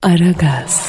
Aragaz.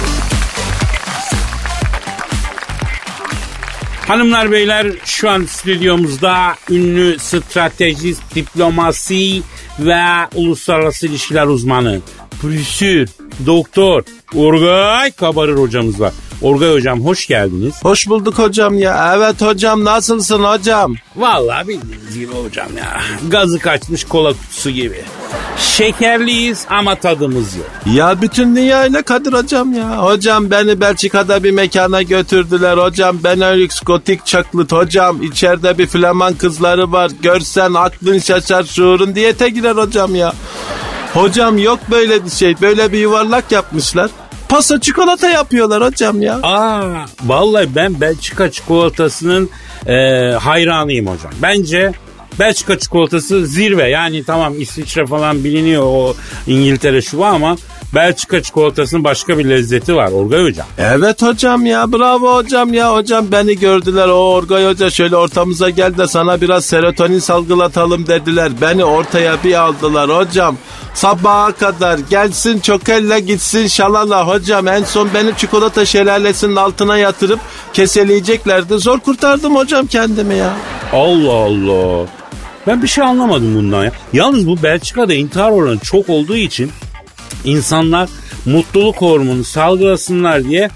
Hanımlar beyler, şu an stüdyomuzda ünlü stratejist, diplomasi ve uluslararası ilişkiler uzmanı, profesör, doktor Orgay Kabarır hocamız var. Orgay hocam hoş geldiniz. Hoş bulduk hocam ya. Evet hocam, nasılsın hocam? Vallahi bildiğiniz gibi hocam ya. Gazı kaçmış kola kutusu gibi. Şekerliyiz ama tadımız yok. Ya bütün dünya ile Kadir hocam ya. Hocam beni Belçika'da bir mekana götürdüler hocam. Benelux Gotik Chocolate hocam. İçeride bir Flaman kızları var. Görsen aklın şaşar, şuurun diyete girer hocam ya. Hocam yok böyle bir şey. Böyle bir yuvarlak yapmışlar. Paso çikolata yapıyorlar hocam ya. Vallahi ben Belçika çikolatasının hayranıyım hocam. Bence Belçika çikolatası zirve. Yani tamam İsviçre falan biliniyor, o İngiltere şu ama Belçika çikolatasının başka bir lezzeti var Orgay hocam. Evet hocam ya, bravo hocam ya. Hocam beni gördüler, o Orgay hoca şöyle ortamıza gel de sana biraz serotonin salgılatalım dediler. Beni ortaya bir aldılar hocam. Sabaha kadar gelsin çokella gitsin şalala hocam. En son beni çikolata şelalesinin altına yatırıp keseleyeceklerdi. Zor kurtardım hocam kendimi ya. Allah Allah. Ben bir şey anlamadım bundan ya. Yalnız bu Belçika'da intihar oranı çok olduğu için insanlar mutluluk hormonu salgılasınlar diye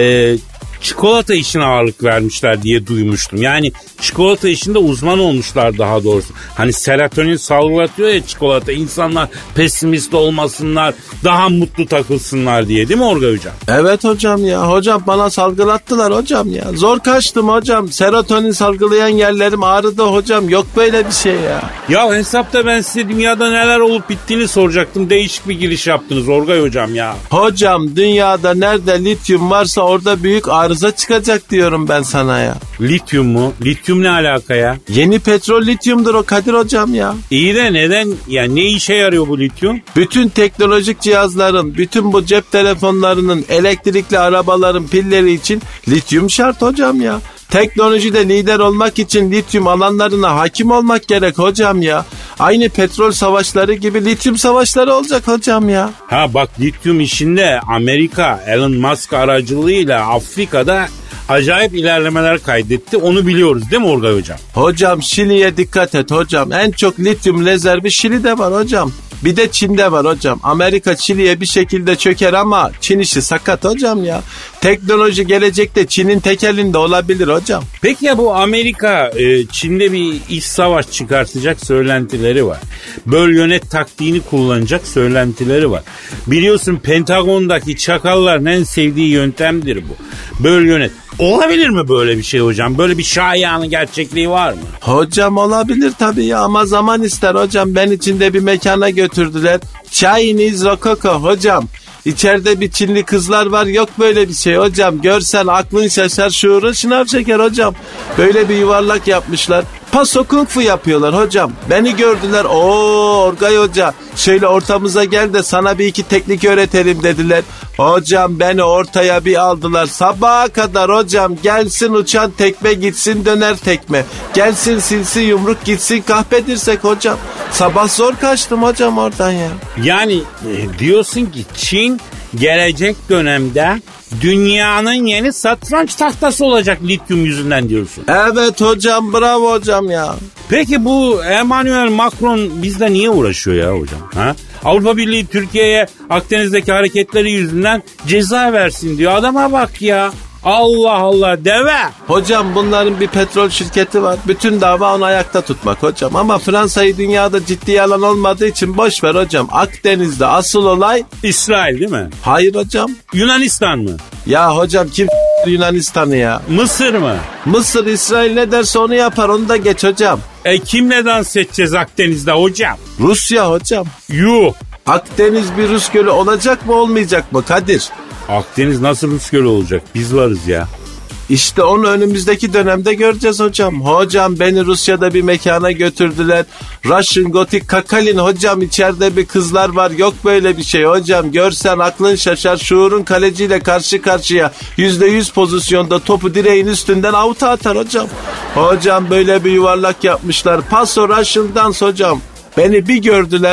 çikolata işine ağırlık vermişler diye duymuştum. Yani çikolata işinde uzman olmuşlar daha doğrusu. Hani serotonin salgılatıyor ya çikolata. İnsanlar pesimist olmasınlar, daha mutlu takılsınlar diye, değil mi Orgay hocam? Evet hocam ya. Hocam bana salgılattılar hocam ya. Zor kaçtım hocam. Serotonin salgılayan yerlerim ağrıdı hocam. Yok böyle bir şey ya. Ya hesapta ben size dünyada neler olup bittiğini soracaktım. Değişik bir giriş yaptınız Orgay hocam ya. Hocam dünyada nerede lityum varsa orada büyük arıza çıkacak diyorum ben sana ya. Lityum mu? Lityum ne alaka ya? Yeni petrol lityumdur o Kadir hocam ya. İyi de neden? Ya ne işe yarıyor bu lityum? Bütün teknolojik cihazların, bütün bu cep telefonlarının, elektrikli arabaların pilleri için lityum şart hocam ya. Teknolojide lider olmak için lityum alanlarına hakim olmak gerek hocam ya. Aynı petrol savaşları gibi lityum savaşları olacak hocam ya. Ha bak, lityum işinde Amerika Elon Musk aracılığıyla Afrika'da acayip ilerlemeler kaydetti. Onu biliyoruz değil mi Orgay hocam? Hocam Şili'ye dikkat et hocam. En çok lityum rezervi Şili'de var hocam. Bir de Çin'de var hocam. Amerika Çin'e bir şekilde çöker ama Çin işi sakat hocam ya. Teknoloji gelecekte Çin'in tek elinde olabilir hocam. Peki ya bu Amerika Çin'de bir iç savaş çıkartacak söylentileri var. Böl yönet taktiğini kullanacak söylentileri var. Biliyorsun Pentagon'daki çakalların en sevdiği yöntemdir bu. Böl yönet. Olabilir mi böyle bir şey hocam? Böyle bir şayanın gerçekliği var mı? Hocam olabilir tabii ya, ama zaman ister hocam. Ben içinde bir mekana götürdüler. Chinese Rococo hocam. İçeride bir Çinli kızlar var, yok böyle bir şey hocam. Görsen aklın şaşar, şuurun şınav çeker hocam. Böyle bir yuvarlak yapmışlar. Paso kung fu yapıyorlar hocam. Beni gördüler. Orgay hoca şöyle ortamıza gel de sana bir iki teknik öğretelim dediler. Hocam beni ortaya bir aldılar. Sabaha kadar hocam, gelsin uçan tekme gitsin döner tekme. Gelsin sinsi yumruk gitsin kahpe dirsek hocam. Sabah zor kaçtım hocam oradan ya. Yani diyorsun ki Çin gelecek dönemde dünyanın yeni satranç tahtası olacak lityum yüzünden diyorsun. Evet hocam, bravo hocam ya. Peki bu Emmanuel Macron bizde niye uğraşıyor ya hocam? Ha? Avrupa Birliği Türkiye'ye Akdeniz'deki hareketleri yüzünden ceza versin diyor. Adama bak ya. Allah Allah, deve. Hocam bunların bir petrol şirketi var. Bütün dava onu ayakta tutmak hocam. Ama Fransa'yı dünyada ciddi alan olmadığı için boş ver hocam. Akdeniz'de asıl olay İsrail değil mi? Hayır hocam. Yunanistan mı? Ya hocam kim Yunanistan'ı ya? Mısır mı? Mısır, İsrail ne derse onu yapar, onu da geç hocam. Kimle dans edeceğiz Akdeniz'de hocam? Rusya hocam. Yuh. Akdeniz bir Rus gölü olacak mı olmayacak mı Kadir? Akdeniz nasıl Rus gölü olacak? Biz varız ya. İşte onu önümüzdeki dönemde göreceğiz hocam. Hocam beni Rusya'da bir mekana götürdüler. Russian Gothic Kakalin hocam, içeride bir kızlar var. Yok böyle bir şey hocam. Görsen aklın şaşar, şuurun kaleciyle karşı karşıya. %100 pozisyonda topu direğin üstünden avuta atar hocam. Hocam böyle bir yuvarlak yapmışlar. Paso Russian Dance hocam. Beni bir gördüler.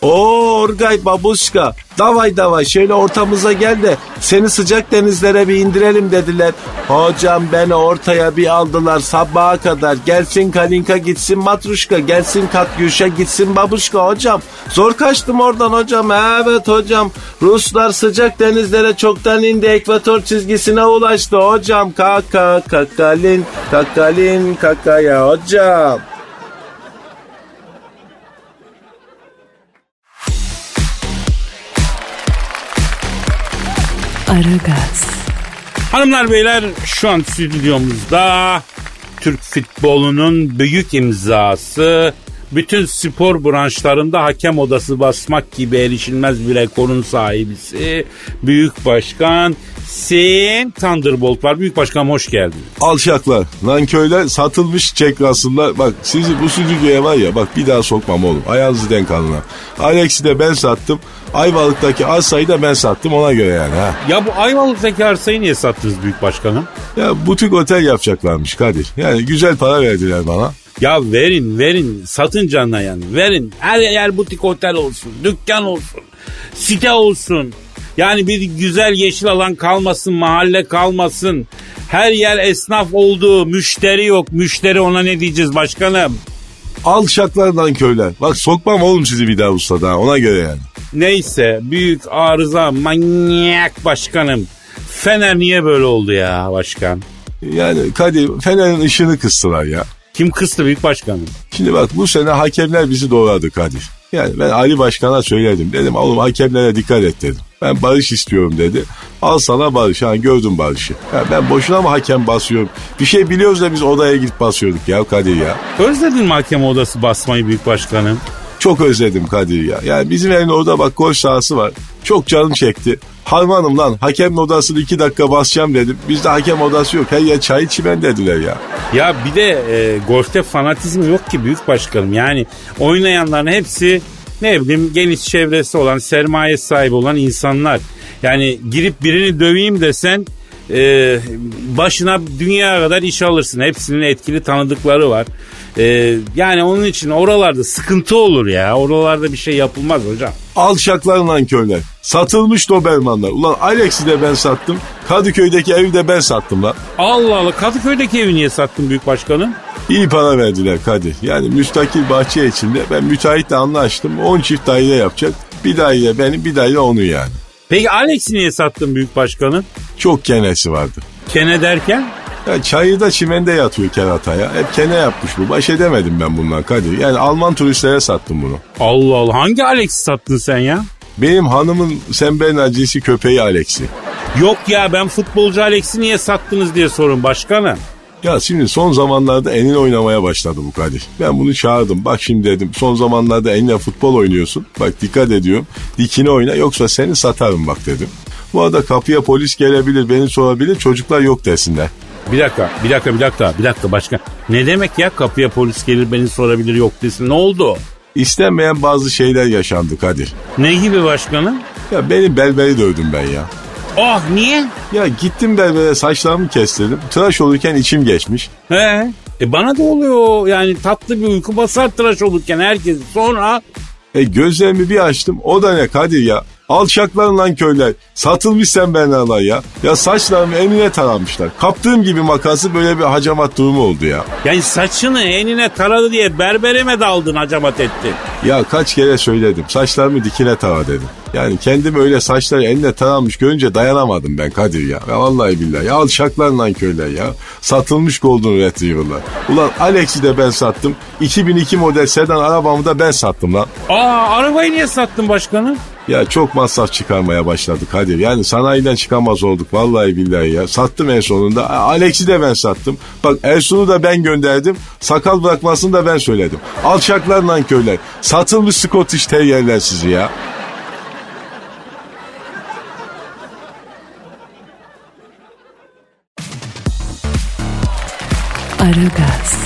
Orgay babuşka, davay şöyle ortamıza gel de seni sıcak denizlere bir indirelim dediler. Hocam beni ortaya bir aldılar sabaha kadar. Gelsin Kalinka gitsin Matruşka, gelsin Katyuşa gitsin babuşka hocam. Zor kaçtım oradan hocam. Evet hocam, Ruslar sıcak denizlere çoktan indi, ekvator çizgisine ulaştı hocam. Kakalin kakaya hocam. Aragaz. Hanımlar beyler, şu an stüdyomuzda Türk futbolunun büyük imzası, bütün spor branşlarında hakem odası basmak gibi erişilmez bir rekorun sahibisi Büyük Başkan Sen Thunderbolt var. Büyük Başkanım hoş geldin. Alçaklar, nanköyler, satılmış çek aslında. Bak sizi bu stüdyoya var ya, bak bir daha sokmam oğlum. Ayağınızı denk alın ha. Alex'i de ben sattım. Ayvalık'taki arsayı da ben sattım, ona göre yani ha. Ya bu Ayvalık'taki arsayı niye sattınız Büyük Başkanım? Ya butik otel yapacaklarmış Kadir. Yani güzel para verdiler bana. Ya verin satın canına yani, verin. Her yer butik otel olsun, dükkan olsun, site olsun. Yani bir güzel yeşil alan kalmasın, mahalle kalmasın. Her yer esnaf oldu, müşteri yok. Müşteri, ona ne diyeceğiz başkanım? Alçaklar, nanköyler. Bak sokmam oğlum sizi bir daha ustada, ona göre yani. Neyse, büyük arıza, manyak başkanım. Fener niye böyle oldu ya başkan? Yani Kadir, Fener'in ışığını kıstılar ya. Kim kıstı Büyük Başkanım? Şimdi bak, bu sene hakemler bizi doğradı Kadir. Yani ben Ali Başkan'a söyledim. Dedim oğlum hakemlere dikkat et dedim. Ben barış istiyorum dedi. Al sana barış. Ha, gördüm barışı. Ya ben boşuna mı hakem basıyorum? Bir şey biliyoruz da biz odaya gidip basıyorduk ya Kadir ya. Özledin mi hakem odası basmayı Büyük Başkanım? Çok özledim Kadir ya. Yani bizim evin orada bak golf sahası var. Çok canım çekti. Harmanım lan, hakem odasını 2 dakika basacağım dedim. Bizde hakem odası yok. Her yer çay çimen dediler ya. Ya bir de golfte fanatizm yok ki Büyük Başkanım. Yani oynayanların hepsi ne bileyim geniş çevresi olan, sermaye sahibi olan insanlar. Yani girip birini döveyim desen başına dünya kadar iş alırsın. Hepsinin etkili tanıdıkları var. Yani onun için oralarda sıkıntı olur ya. Oralarda bir şey yapılmaz hocam. Alçaklar, nankörler. Satılmış Dobermanlar. Ulan Alex'i de ben sattım. Kadıköy'deki evi de ben sattım lan. Allah Allah, Kadıköy'deki evi niye sattın Büyük Başkanım? İyi para verdiler Kadir. Yani müstakil bahçe içinde ben müteahhitle anlaştım. 10 çift daire yapacak. Bir daire benim, bir daire onun yani. Peki Alex'i niye sattın Büyük Başkanım? Çok kenesi vardı. Kene derken? Ya çayırda çimende yatıyor kerataya. Hep kene yapmış bu. Baş edemedim ben bundan Kadir. Yani Alman turistlere sattım bunu. Allah Allah, hangi Alex'i sattın sen ya? Benim hanımın Sen Bernard'cisi köpeği Alex'i. Yok ya, ben futbolcu Alex'i niye sattınız diye sorun başkanım. Ya şimdi son zamanlarda enine oynamaya başladı bu Kadir. Ben bunu çağırdım. Bak şimdi dedim, son zamanlarda enine futbol oynuyorsun. Bak dikkat ediyorum. Dikine oyna yoksa seni satarım bak dedim. Bu arada kapıya polis gelebilir, beni sorabilir, çocuklar yok desinler. Bir dakika başkan. Ne demek ya, kapıya polis gelir beni sorabilir yok desin, ne oldu? İstenmeyen bazı şeyler yaşandı Kadir. Ne gibi başkanım? Ya benim berberi dövdüm ben ya. Oh, niye? Ya gittim berbere, saçlarımı kestirdim. Tıraş olurken içim geçmiş. Bana da oluyor yani, tatlı bir uyku basar tıraş olurken herkes. Sonra? Gözlerimi bir açtım, o da ne Kadir ya? Alçakların lan köyler. Satılmış Sen Bernard'lar ya. Ya saçlarımı enine taramışlar. Kaptığım gibi makası böyle bir hacamat durumu oldu ya. Yani saçını enine taradı diye berbere mi daldın, hacamat ettin? Ya kaç kere söyledim. Saçlarımı dikine tara dedim. Yani kendimi öyle saçları enine taranmış görünce dayanamadım ben Kadir ya. Ya vallahi billahi. Ya alçakların lan köyler ya. Satılmış Golden Retriever'lar. Ulan Alex'i de ben sattım. 2002 model sedan arabamı da ben sattım lan. Arabayı niye sattın başkanım? Ya çok masraf çıkarmaya başladık Kadir. Yani sanayiden çıkamaz olduk vallahi billahi ya. Sattım en sonunda. Alex'i de ben sattım. Bak Ersun'u da ben gönderdim. Sakal bırakmasını da ben söyledim. Alçaklar nankörler. Satılmış Scottish Terrier'ler sizi ya. Aragaz.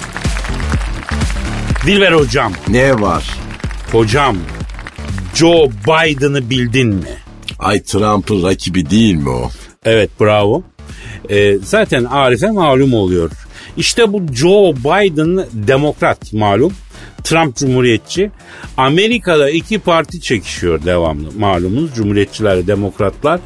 Dilber hocam. Ne var? Hocam, Joe Biden'ı bildin mi? Ay, Trump'ın rakibi değil mi o? Evet, bravo. Zaten Arif'e malum oluyor. İşte bu Joe Biden demokrat malum. Trump cumhuriyetçi. Amerika'da iki parti çekişiyor devamlı malumunuz. Cumhuriyetçiler, demokratlar.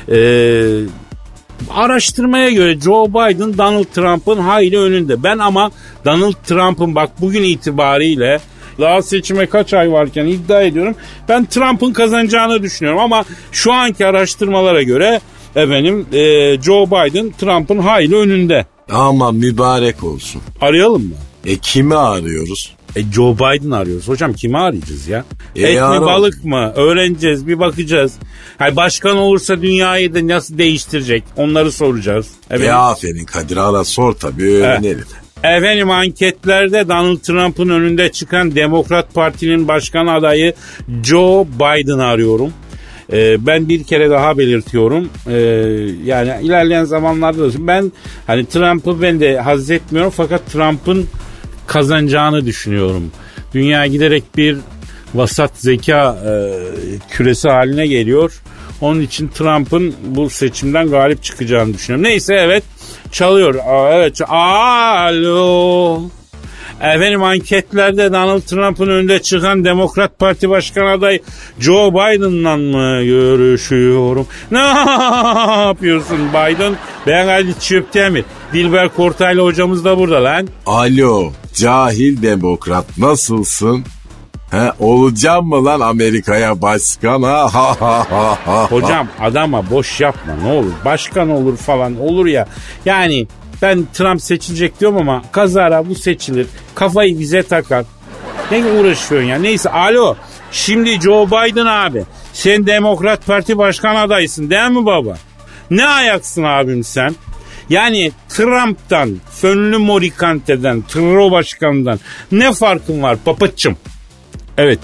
Araştırmaya göre Joe Biden Donald Trump'ın hayli önünde. Ben ama Donald Trump'ın bak bugün itibariyle daha seçime kaç ay varken iddia ediyorum. Ben Trump'ın kazanacağını düşünüyorum ama şu anki araştırmalara göre Joe Biden Trump'ın hayli önünde. Aman mübarek olsun. Arayalım mı? Kimi arıyoruz? Joe Biden arıyoruz. Hocam kimi arayacağız ya? Et mi balık mı? Öğreneceğiz, bir bakacağız. Başkan olursa dünyayı da nasıl değiştirecek? Onları soracağız. Aferin Kadir, ara sor tabii, öğrenelim. Efendim anketlerde Donald Trump'ın önünde çıkan Demokrat Parti'nin başkan adayı Joe Biden'ı arıyorum. Ben bir kere daha belirtiyorum. Yani ilerleyen zamanlarda ben hani Trump'ı ben de haz etmiyorum fakat Trump'ın kazanacağını düşünüyorum. Dünya giderek bir vasat zeka küresi haline geliyor. Onun için Trump'ın bu seçimden galip çıkacağını düşünüyorum. Neyse evet çalıyor. Evet. Alo. Efendim anketlerde Donald Trump'ın önünde çıkan Demokrat Parti Başkan adayı Joe Biden'la mı görüşüyorum? Ne yapıyorsun Biden? Ben Halit Çöptemir. Dilber Kortaylı hocamız da burada lan. Alo cahil demokrat, nasılsın? Olacağım mı lan Amerika'ya başkan? Hocam adama boş yapma ne olur. Başkan olur falan olur ya. Yani ben Trump seçilecek diyorum ama kazara bu seçilir. Kafayı bize takar. Ne uğraşıyorsun ya? Neyse alo. Şimdi Joe Biden abi. Sen Demokrat Parti Başkan adaysın değil mi baba? Ne ayaksın abim sen? Yani Trump'tan, Fönlü Morikante'den, Tro Başkan'dan ne farkın var papaçım? Evet.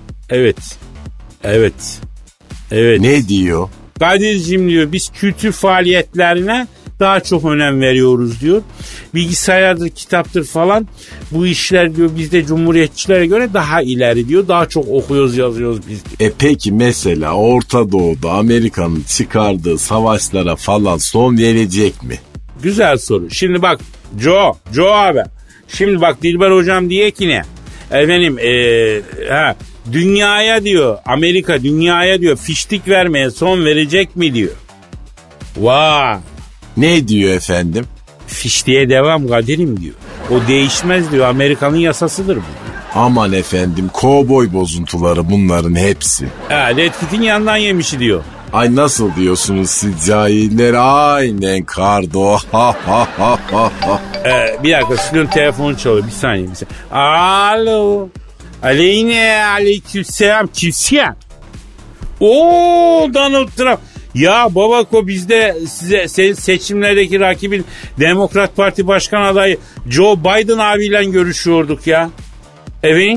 Ne diyor? Kadir'cim diyor biz kültür faaliyetlerine daha çok önem veriyoruz diyor. Bilgisayardır, kitaptır falan bu işler diyor bizde cumhuriyetçilere göre daha ileri diyor. Daha çok okuyoruz, yazıyoruz biz diyor. Peki mesela Orta Doğu'da Amerika'nın çıkardığı savaşlara falan son verecek mi? Güzel soru. Şimdi bak Joe abi. Şimdi bak Dilber hocam diye ki ne? Dünyaya diyor Amerika dünyaya diyor fiştik vermeye son verecek mi diyor. Vay. Ne diyor efendim? Fiştiğe devam Kadir'im diyor. O değişmez diyor. Amerika'nın yasasıdır bu. Aman efendim kovboy bozuntuları bunların hepsi. Red Kit'in yandan yemişi diyor. Ay nasıl diyorsunuz siz cahiller? Aynen Kardo. Bir dakika stüdyonun telefonu çalıyor. Bir saniye. Alo. Aleykümselam. Kimsin? Oo Donald Trump. Ya babako bizde size seçimlerdeki rakibin Demokrat Parti Başkan adayı Joe Biden abiyle görüşüyorduk ya. Evet.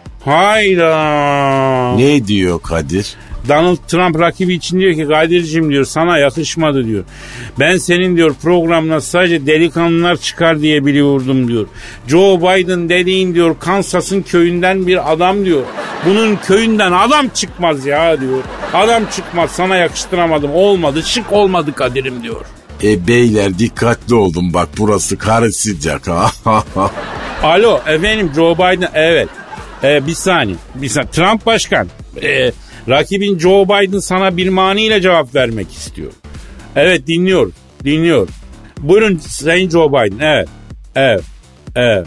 Hayda. Ne diyor Kadir? Donald Trump rakibi için diyor ki Kadir'cim diyor sana yakışmadı diyor. Ben senin diyor programına sadece delikanlılar çıkar diye biliyordum diyor. Joe Biden dediğin diyor Kansas'ın köyünden bir adam diyor. Bunun köyünden adam çıkmaz ya diyor. Adam çıkmaz sana yakıştıramadım olmadı şık olmadı Kadir'im diyor. Beyler dikkatli olun bak burası karı sıcak ha. Alo efendim Joe Biden evet. Bir saniye. Trump başkan. Rakibin Joe Biden sana bir maniyle cevap vermek istiyor. Evet dinliyor. Buyurun Sayın Joe Biden. Evet.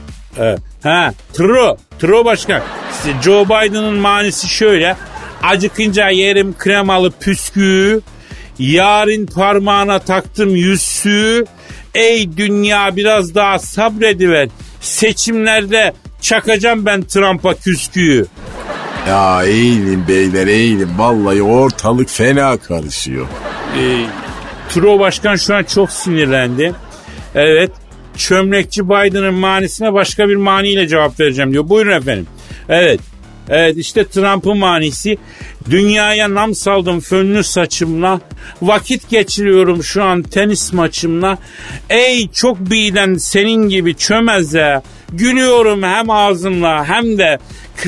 Tro başkan. Joe Biden'ın manisi şöyle. Acıkınca yerim kremalı püsküğü. Yarın parmağına taktım yüzüğü. Ey dünya biraz daha sabrediver. Seçimlerde çakacağım ben Trump'a küsküyü. Ya eğilin beyler eğilin. Vallahi ortalık fena karışıyor. Tro başkan şu an çok sinirlendi. Evet. Çömlekçi Biden'ın manisine başka bir maniyle cevap vereceğim diyor. Buyurun efendim. Evet işte Trump'ın manisi. Dünyaya nam saldım fönlü saçımla. Vakit geçiriyorum şu an tenis maçımla. Ey çok bilen senin gibi çömeze. Gülüyorum hem ağzımla hem de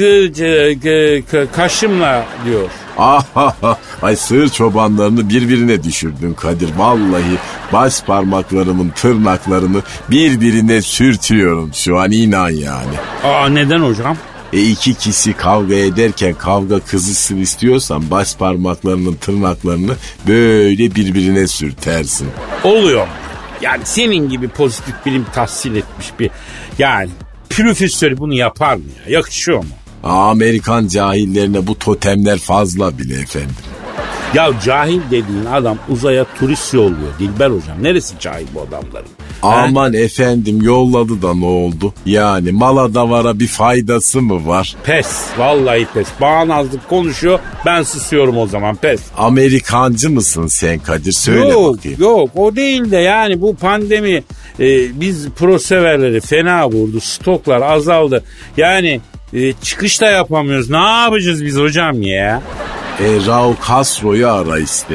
kaşımla diyor. Ay sığır çobanlarını birbirine düşürdün Kadir. Vallahi baş parmaklarımın tırnaklarını birbirine sürtüyorum şu an inan yani. Neden hocam? İki kişi kavga ederken kavga kızışsın istiyorsan baş parmaklarının tırnaklarını böyle birbirine sürtersin. Oluyor. Yani senin gibi pozitif bilim tahsil etmiş bir yani profesör bunu yapar mı ya? Yakışıyor mu? Amerikan cahillerine bu totemler fazla bile efendim. Ya cahil dediğin adam uzaya turist yolluyor Dilber hocam. Neresi cahil bu adamların? Aman efendim yolladı da ne oldu? Yani mala davara bir faydası mı var? Pes. Vallahi pes. Bağnazlık konuşuyor. Ben susuyorum o zaman. Pes. Amerikancı mısın sen Kadir? Söyle bakayım. Yok o değil de yani bu pandemi biz pro severleri fena vurdu. Stoklar azaldı. Yani çıkış da yapamıyoruz. Ne yapacağız biz hocam ya? Raul Castro'yu ara işte.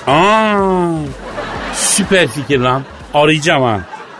Süper fikir lan. Arayacağım ha.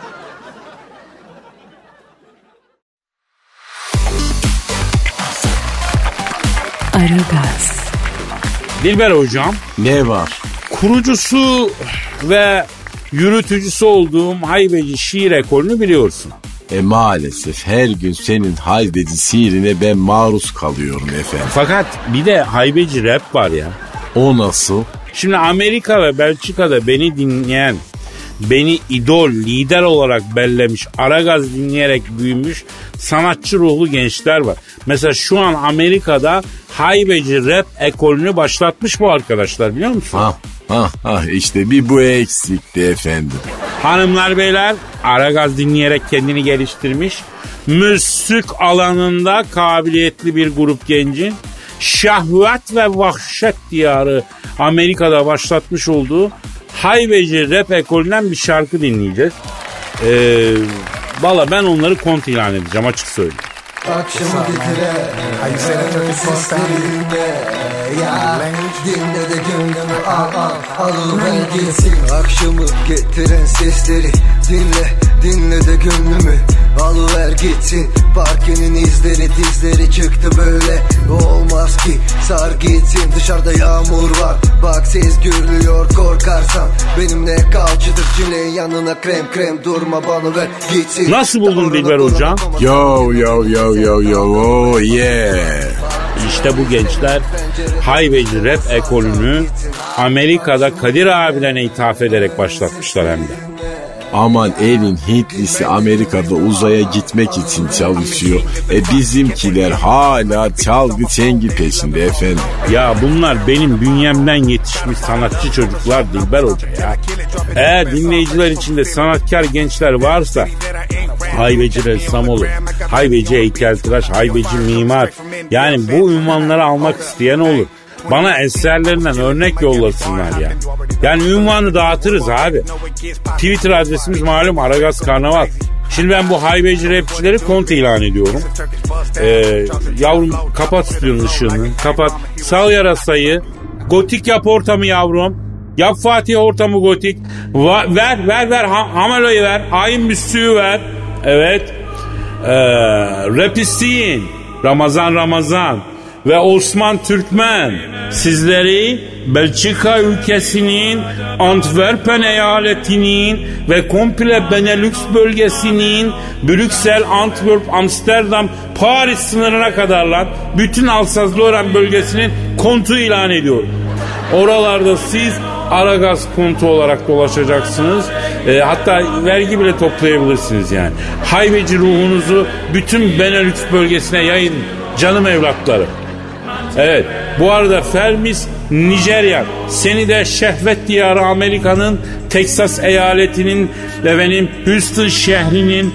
Aragaz. Dilber hocam. Ne var? Kurucusu ve yürütücüsü olduğum haybeci şiir ekolünü biliyorsun. Maalesef her gün senin haybeci şiirine ben maruz kalıyorum efendim. Fakat bir de haybeci rap var ya. O nasıl? Şimdi Amerika ve Belçika'da beni dinleyen, beni idol, lider olarak bellemiş, Aragaz dinleyerek büyümüş sanatçı ruhlu gençler var. Mesela şu an Amerika'da haybeci rap ekolünü başlatmış bu arkadaşlar, biliyor musun? İşte bir bu eksikti efendim. Hanımlar beyler, Aragaz dinleyerek kendini geliştirmiş, müzik alanında kabiliyetli bir grup gencin şahvet ve vahşet diyarı Amerika'da başlatmış olduğu haybeci rap ekolünden bir şarkı dinleyeceğiz. Valla ben onları kont ilan edeceğim, açık söyleyeyim. Akşamı getiren seslerinde ya dinle de gönlümü alıver gitsin. Akşamı getiren sesleri dinle de gönlümü alıver gitsin. Parkenin izleri dizleri çıktı böyle, olmaz ki sar gitsin. Dışarıda yağmur var, bak ses gürlüyor, korkarsan benimle kal. Çıtır çileğin yanına krem durma bana ver gitsin. Nasıl buldun Dilber hocam? Yo oh yeah. İşte bu gençler haybeci rap ekolünü Amerika'da Kadir abilerine ithaf ederek başlatmışlar hem de. Aman elin Hintlisi Amerika'da uzaya gitmek için çalışıyor. Bizimkiler hala çalgı çengi peşinde efendim. Ya bunlar benim bünyemden yetişmiş sanatçı çocuklar Dilber Hoca ya. Eğer dinleyiciler içinde sanatkar gençler varsa haybeci ressam olur, haybeci heykeltıraş, haybeci mimar, yani bu ünvanları almak isteyen olur. Bana eserlerinden örnek yollasınlar ya. Yani ünvanı dağıtırız abi. Twitter adresimiz malum Aragaz Karnaval. Şimdi ben bu haybeci rapçileri kont ilan ediyorum. Yavrum kapat stüdyonun ışığını. Kapat. Sal yarasayı. Gotik yap ortamı yavrum. Yap Fatih ortamı gotik. Ver. Hamelo'yu ver. Hain Müslü'yü ver. Evet. Rapistin. Ramazan. Ve Osman Türkmen sizleri Belçika ülkesinin Antwerpen eyaletinin ve komple Benelux bölgesinin Brüksel, Antwerp, Amsterdam, Paris sınırına kadar lan bütün Alsaz-Lorraine bölgesinin kontu ilan ediyor. Oralarda siz Aragaz kontu olarak dolaşacaksınız. Hatta vergi bile toplayabilirsiniz yani. Haybeci ruhunuzu bütün Benelux bölgesine yayın canım evlatlarım. Evet, bu arada Fermis Nijerya, seni de şehvet diyarı Amerika'nın Texas eyaletinin ve benim Houston şehrinin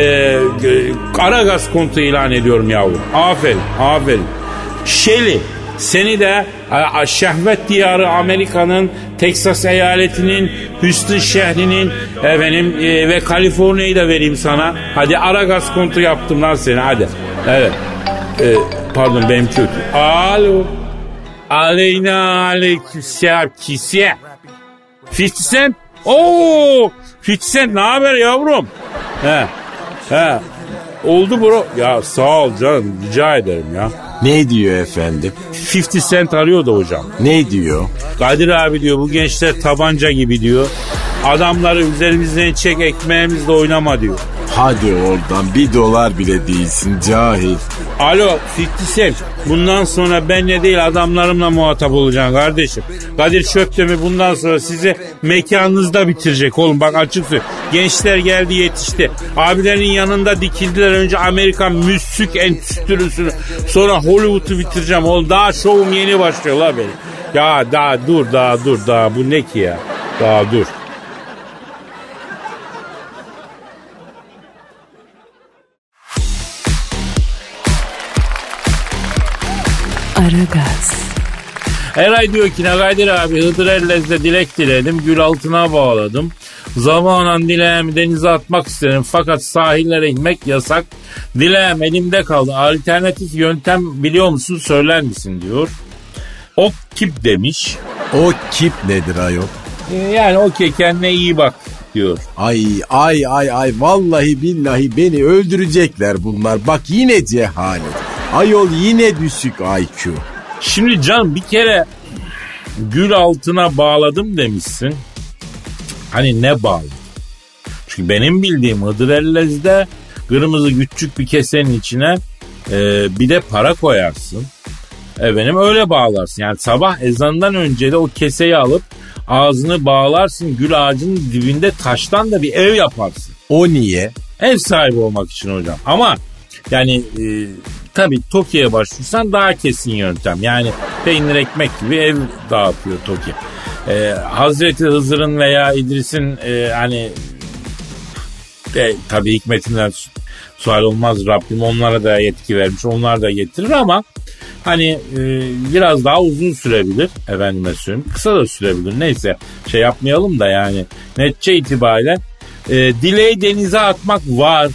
Aragaz kontu ilan ediyorum yavrum. Aferin. Şeli, seni de şehvet diyarı Amerika'nın Texas eyaletinin Houston şehrinin ve Kaliforniya'yı da vereyim sana. Hadi Aragaz kontu yaptım lan seni, hadi. Evet. Pardon benim kötü. Alo. Aleyna aleykümselam kisiye. 50 Cent. Oo, 50 Cent ne haber yavrum? He. Oldu bro. Ya sağ ol canım, rica ederim ya. Ne diyor efendim? 50 Cent arıyor da hocam. Ne diyor? Kadir abi diyor, bu gençler tabanca gibi diyor. Adamları üzerimizden çek, ekmeğimizle oynama diyor. Hadi oradan $1 bile değilsin cahil. Alo 50 Cent. Bundan sonra benle değil adamlarımla muhatap olacaksın kardeşim. Kadir Çöptemir bundan sonra sizi mekanınızda bitirecek oğlum. Bak açık söyleyeyim. Gençler geldi yetişti. Abilerin yanında dikildiler. Önce Amerikan müzik endüstrisini, sonra Hollywood'u bitireceğim oğlum. Daha şovum yeni başlıyor la benim. Ya daha dur. Bu ne ki ya? Daha dur. Aragaz. Eray diyor ki Kadir abi Hıdır Ellez'de dilek diledim. Gül altına bağladım. Zamanan dileğimi denize atmak isterim. Fakat sahillere inmek yasak. Dileğim elimde kaldı. Alternatif yöntem biliyor musun söyler misin diyor. O kip demiş. O kip nedir ayol? Yani okey kendine iyi bak diyor. Ay vallahi billahi beni öldürecekler bunlar. Bak yine cehalet. Ayol yine düşük IQ. Şimdi canım bir kere gül altına bağladım demişsin. Hani ne bağlı? Çünkü benim bildiğim Hıdır Ellez'de kırmızı küçük bir kesenin içine bir de para koyarsın. Efendim öyle bağlarsın. Yani sabah ezanından önce de o keseyi alıp ağzını bağlarsın. Gül ağacının dibinde taştan da bir ev yaparsın. O niye? Ev sahibi olmak için hocam. Ama yani tabii Toki'ye başvursan daha kesin yöntem. Yani peynir ekmek gibi ev dağıtıyor Toki. Hazreti Hızır'ın veya İdris'in hani tabii hikmetinden sual olmaz Rabbim onlara da yetki vermiş. Onlar da getirir ama hani biraz daha uzun sürebilir efendime söyleyeyim. Kısa da sürebilir. Neyse şey yapmayalım da yani netçe itibariyle dileği denize atmak var.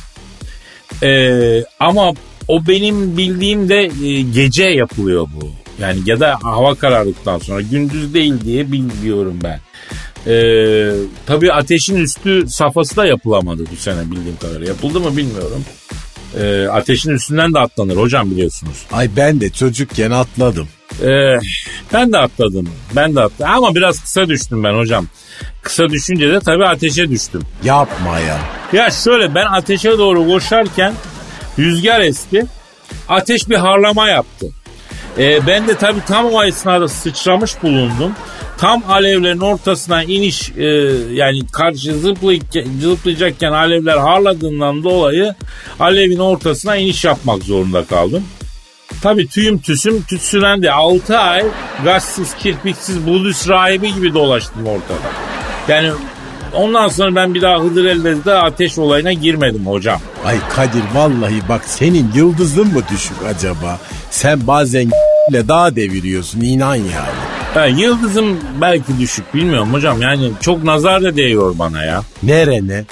Ama o benim bildiğim de gece yapılıyor bu. Yani ya da hava karardıktan sonra gündüz değil diye biliyorum ben. Tabii ateşin üstü safhası da yapılamadı bu sene bildiğim kadarıyla. Yapıldı mı bilmiyorum. Ateşin üstünden de atlanır hocam biliyorsunuz. Ay ben de çocukken atladım. Ben de atladım. Ama biraz kısa düştüm ben hocam. Kısa düşünce de tabii ateşe düştüm. Yapma ya. Ya şöyle ben ateşe doğru koşarken rüzgar esti. Ateş bir harlama yaptı. Ben de tabii tam o esnada sıçramış bulundum. Tam alevlerin ortasına iniş yani karşı zıplayacakken alevler harladığından dolayı alevin ortasına iniş yapmak zorunda kaldım. Tabii tüyüm tütsülendi. 6 ay gazsız kirpiksiz Budist rahibi gibi dolaştım ortada. Yani ondan sonra ben bir daha Hıdır Ellez'de ateş olayına girmedim hocam. Ay Kadir vallahi bak senin yıldızın mı düşük acaba? Sen bazen ile daha deviriyorsun inan yani. Yıldızım belki düşük bilmiyorum hocam. Yani çok nazar da değiyor bana ya. Nerene?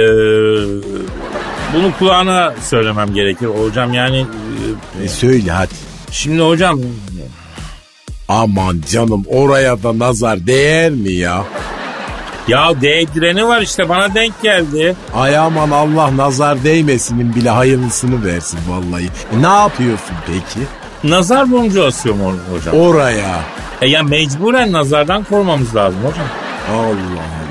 Bunu kulağına söylemem gerekir hocam yani. Söyle hadi. Şimdi hocam. Aman canım oraya da nazar değer mi ya? Ya değdireni var işte bana denk geldi. Ay aman Allah nazar değmesinin bile hayırlısını versin vallahi. Ne yapıyorsun peki? Nazar boncuğu asıyorum hocam. Oraya. Ya mecburen nazardan korumamız lazım hocam. Allah Allah.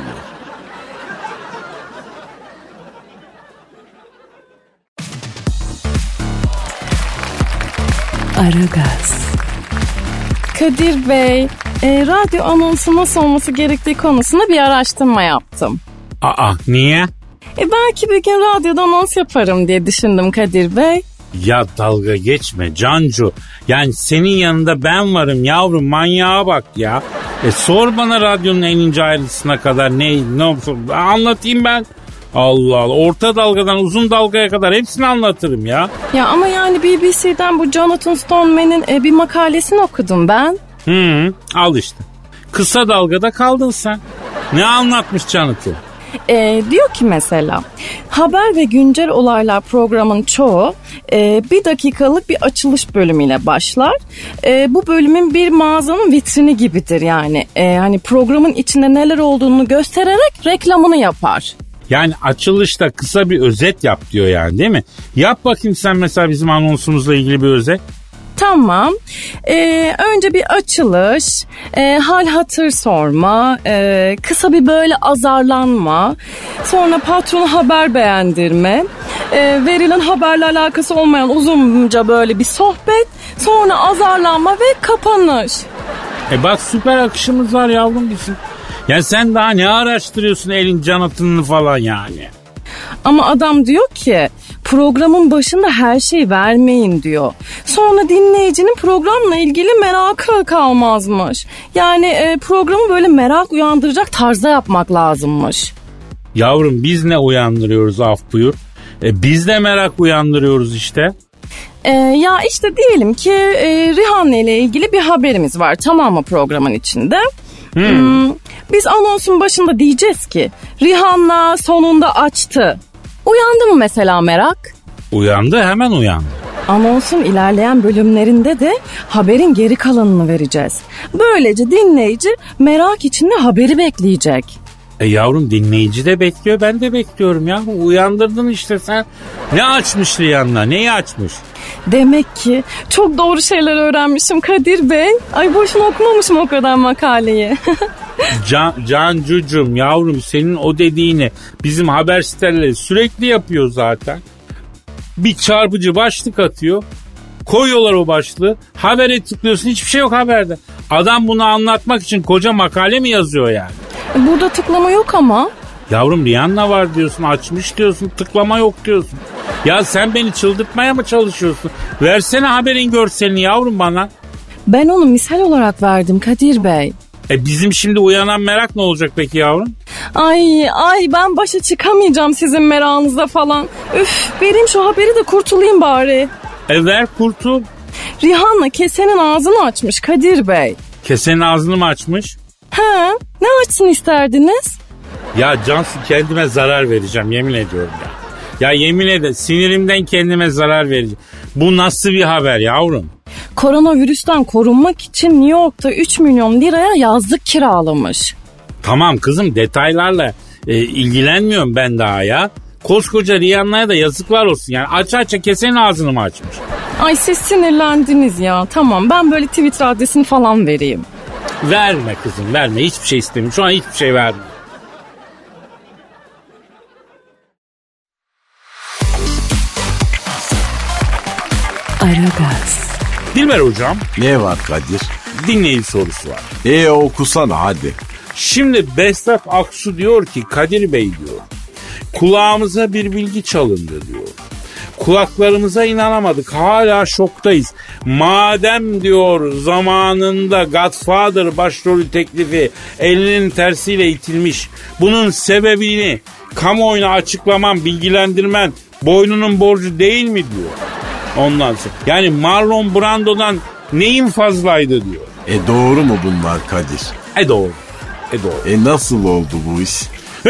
Aragaz. Kadir Bey, radyo anonsu nasıl olması gerektiği konusunda bir araştırma yaptım. Niye? Belki bir gün radyoda anons yaparım diye düşündüm Kadir Bey. Ya dalga geçme Cancu. Yani senin yanında ben varım yavrum manyağa bak ya. Sor bana radyonun en ince ayrıntısına kadar ne anlatayım ben. Allah Allah orta dalgadan uzun dalgaya kadar hepsini anlatırım ya. Ya ama yani BBC'den bu Jonathan Stoneman'in bir makalesini okudum ben. Al işte. Kısa dalgada kaldın sen. Ne anlatmış Jonathan? Diyor ki mesela haber ve güncel olaylar programın çoğu bir dakikalık bir açılış bölümüyle başlar. Bu bölümün bir mağazanın vitrini gibidir yani. Hani programın içinde neler olduğunu göstererek reklamını yapar. Yani açılışta kısa bir özet yap diyor yani değil mi? Yap bakayım sen mesela bizim anonsumuzla ilgili bir özet. Tamam. Önce bir açılış, hal hatır sorma, kısa bir böyle azarlanma, sonra patrona haber beğendirme, verilen haberle alakası olmayan uzunca böyle bir sohbet, sonra azarlanma ve kapanış. Bak süper akışımız var yavrum bizim. Ya sen daha ne araştırıyorsun elin can atını falan yani. Ama adam diyor ki programın başında her şeyi vermeyin diyor. Sonra dinleyicinin programla ilgili merakı kalmazmış. Yani programı böyle merak uyandıracak tarzda yapmak lazımmış. Yavrum biz ne uyandırıyoruz af buyur. Biz de merak uyandırıyoruz işte. Ya işte diyelim ki Rihanna ile ilgili bir haberimiz var, tamam mı, programın içinde? Biz anonsun başında diyeceğiz ki Rihanna sonunda açtı. Uyandı mı mesela merak? Uyandı, hemen uyandı. Anonsun ilerleyen bölümlerinde de haberin geri kalanını vereceğiz. Böylece dinleyici merak içinde haberi bekleyecek. Yavrum dinleyici de bekliyor, ben de bekliyorum ya. Uyandırdın işte sen. Ne açmış Rihanna, neyi açmış? Demek ki çok doğru şeyler öğrenmişim Kadir Bey. Ay boşuna okumamışım o kadar makaleyi. Cancucum yavrum, senin o dediğini bizim haber siteleri sürekli yapıyor zaten. Bir çarpıcı başlık atıyor. Koyuyorlar o başlığı. Habere tıklıyorsun, hiçbir şey yok haberde. Adam bunu anlatmak için koca makale mi yazıyor yani? Burada tıklama yok ama. Yavrum Rihanna var diyorsun, açmış diyorsun, tıklama yok diyorsun. Ya sen beni çıldırtmaya mı çalışıyorsun? Versene haberin görselini yavrum bana. Ben onu misal olarak verdim Kadir Bey. Bizim şimdi uyanan merak ne olacak peki yavrum? Ay ben başa çıkamayacağım sizin merakınızla falan. Üf, vereyim şu haberi de kurtulayım bari. Ver kurtul. Rihanna kesenin ağzını açmış Kadir Bey. Kesenin ağzını mı açmış? Ha, ne açsın isterdiniz? Ya Cansu, kendime zarar vereceğim yemin ediyorum ya. Ya yemin ederim sinirimden kendime zarar vereceğim. Bu nasıl bir haber yavrum? Koronavirüsten korunmak için New York'ta 3 milyon liraya yazlık kiralamış. Tamam kızım, detaylarla ilgilenmiyorum ben daha ya. Koskoca Rihanna'ya da yazıklar olsun yani. Aça kesenin ağzını mı açmış? Ay siz sinirlendiniz ya. Tamam, ben böyle Twitter adresini falan vereyim. Verme kızım, verme, hiçbir şey istemiyorum. Şu an hiçbir şey verme. Aragaz. Dilber hocam. Ne var Kadir? Dinleyici sorusu var. Okusana hadi. Şimdi Bestaf Aksu diyor ki Kadir Bey diyor, kulağımıza bir bilgi çalındı diyor. Kulaklarımıza inanamadık, hala şoktayız. Madem diyor zamanında Godfather başrolü teklifi elinin tersiyle itilmiş, bunun sebebini kamuoyuna açıklaman, bilgilendirmen boynunun borcu değil mi diyor. Ondan sonra yani Marlon Brando'dan neyin fazlaydı diyor. Doğru mu bunlar Kadir? Doğru. Doğru. Nasıl oldu bu iş?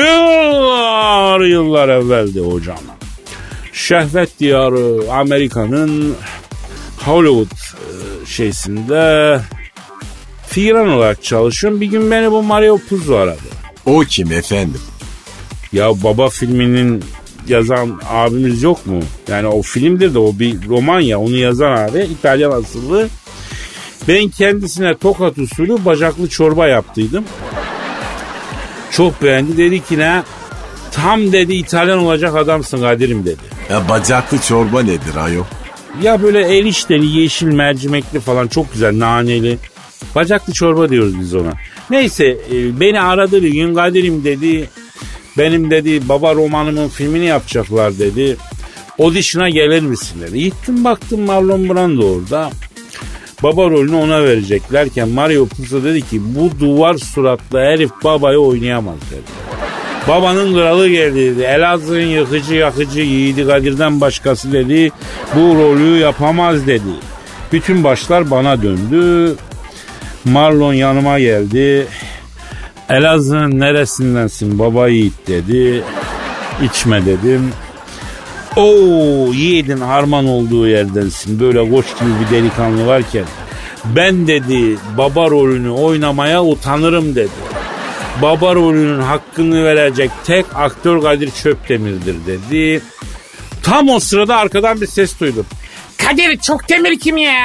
Yıllar evveldi hocam. Şehvet diyarı Amerika'nın Hollywood şeysinde figüran olarak çalışıyorum. Bir gün beni bu Mario Puzo aradı. O kim efendim? Ya Baba filminin yazan abimiz yok mu? Yani o filmdir de o bir roman ya, onu yazan abi İtalyan asıllı. Ben kendisine tokat usulü bacaklı çorba yaptıydım. Çok beğendi, dedi ki ne? Tam dedi İtalyan olacak adamsın Kadir'im dedi. Ya bacaklı çorba nedir ayol? Ya böyle erişteli, yeşil mercimekli falan, çok güzel, naneli. Bacaklı çorba diyoruz biz ona. Neyse beni aradı bir gün, Kadir'im dedi. Benim dedi baba romanımın filmini yapacaklar dedi. Audition'a gelir misin dedi. Gittim baktım Marlon Brando orada. Baba rolünü ona vereceklerken Mario Puzo dedi ki bu duvar suratlı herif babayı oynayamaz dedi. Babanın kralı geldi dedi. Elazığ'ın yıkıcı yakıcı yiğidi Kadir'den başkası dedi. Bu rolü yapamaz dedi. Bütün başlar bana döndü. Marlon yanıma geldi. Elazığ'ın neresindensin baba yiğit dedi. İçme dedim. Yiğidin harman olduğu yerdensin. Böyle koç gibi bir delikanlı varken ben dedi baba rolünü oynamaya utanırım dedi. Baba rolünün hakkını verecek tek aktör Kadir Çöpdemir'dir dedi. Tam o sırada arkadan bir ses duydum. Kadir Çöpdemir kim ya?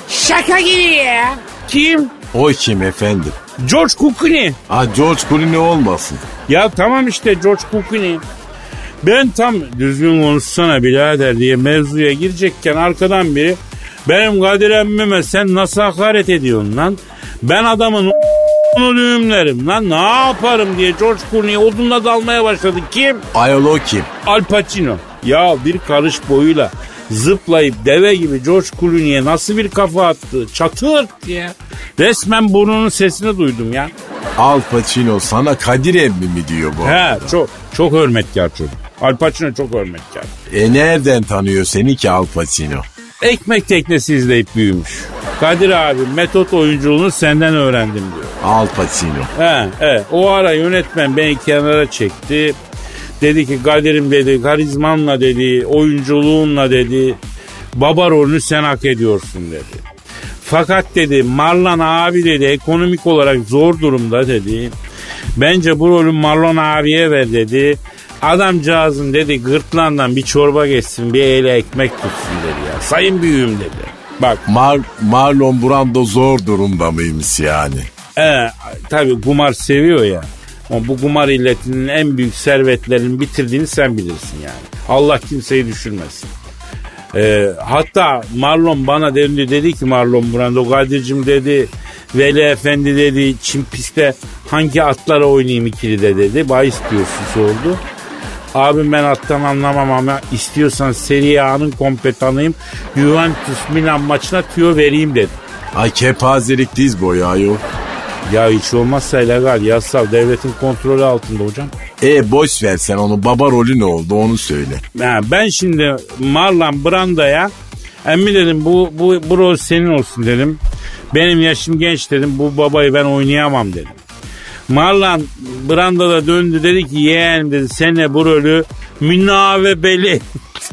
Şaka gibi ya. Kim? O kim efendim? George Clooney. George Clooney olmasın. Ya tamam işte George Clooney. Ben tam düzgün konuşsana birader diye mevzuya girecekken arkadan biri benim Kadir emmime sen nasıl hakaret ediyorsun lan? Ben adamın onu düğümlerim lan ne yaparım diye George Clooney'e odunla dalmaya başladı. Kim? Ayol o kim? Al Pacino. Ya bir karış boyuyla zıplayıp deve gibi George Clooney'e nasıl bir kafa attı? Çatır diye. Resmen burnunun sesini duydum ya. Al Pacino sana Kadir emmi mi diyor bu? He çok hürmetkar çocuk. Al Pacino çok hürmetkar. Nereden tanıyor seni ki Al Pacino? Ekmek teknesi izleyip büyümüş. Kadir abi metot oyunculuğunu senden öğrendim diyor. Al Pacino. He. O ara yönetmen beni kenara çekti. Dedi ki Kadir'im dedi karizmanla dedi oyunculuğunla dedi baba rolünü sen hak ediyorsun dedi. Fakat dedi Marlon abi dedi ekonomik olarak zor durumda dedi. Bence bu rolü Marlon abiye ver dedi. Adamcağızın dedi gırtlağından bir çorba geçsin bir ele ekmek tutsun dedi ya. Sayın büyüğüm dedi. Bak. Marlon Brando zor durumda mıymış yani? Tabii kumar seviyor ya. Ama bu kumar illetinin en büyük servetlerini bitirdiğini sen bilirsin yani. Allah kimseyi düşürmesin. Hatta Marlon bana dedi ki Marlon Brando Kadir'cim dedi Veli Efendi dedi Çin pistte hangi atlara oynayayım ikili de dedi. Bahis diyorsun sordu. Abim ben attan anlamam ama istiyorsan Serie A'nın kompetanıyım. Juventus Milan maçına tüyo vereyim dedi. Kepazelik diz boyu ayol. Ya hiç olmazsa legal, yasal, devletin kontrolü altında hocam. Boş ver sen onu, baba rolü ne oldu onu söyle. Ben şimdi Marlon Brando'ya emmi dedim bu rol senin olsun dedim. Benim yaşım genç dedim, bu babayı ben oynayamam dedim. Marlon Brando da döndü dedi ki yeğenim dedi seninle bu rolü münavebeli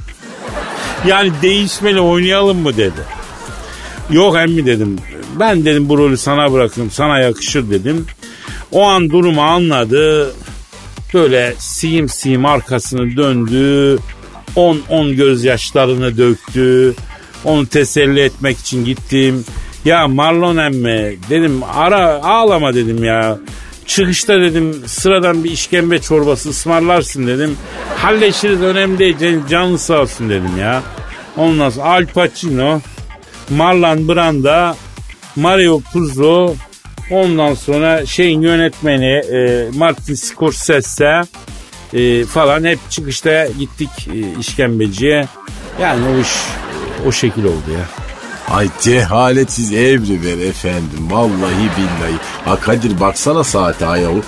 yani değişmeli oynayalım mı dedi. Yok emmi dedim. Ben dedim bu rolü sana bırakıyorum. Sana yakışır dedim. O an durumu anladı. Böyle siyim arkasını döndü. 10 gözyaşlarını döktü. Onu teselli etmek için gittim. Ya Marlon emmi dedim ağlama dedim ya. Çıkışta dedim sıradan bir işkembe çorbası ısmarlarsın dedim. Halleşiriz önemli değil canın sağ olsun dedim ya. Ondan sonra Al Pacino, Marlon Brando, Mario Puzo, ondan sonra yönetmeni Martin Scorsese falan hep çıkışta gittik işkembeciye. Yani o iş o şekil oldu ya. Ay cehaletsiz evriver efendim. Vallahi billahi. Kadir baksana saate ayol.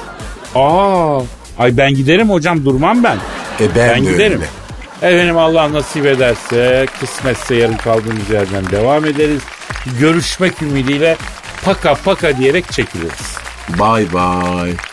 Ay ben giderim hocam durmam ben. Ben giderim. Öyle. Efendim Allah nasip ederse kısmetse yarın kaldığımız yerden devam ederiz. Görüşmek ümidiyle paka diyerek çekiliriz. Bye bye.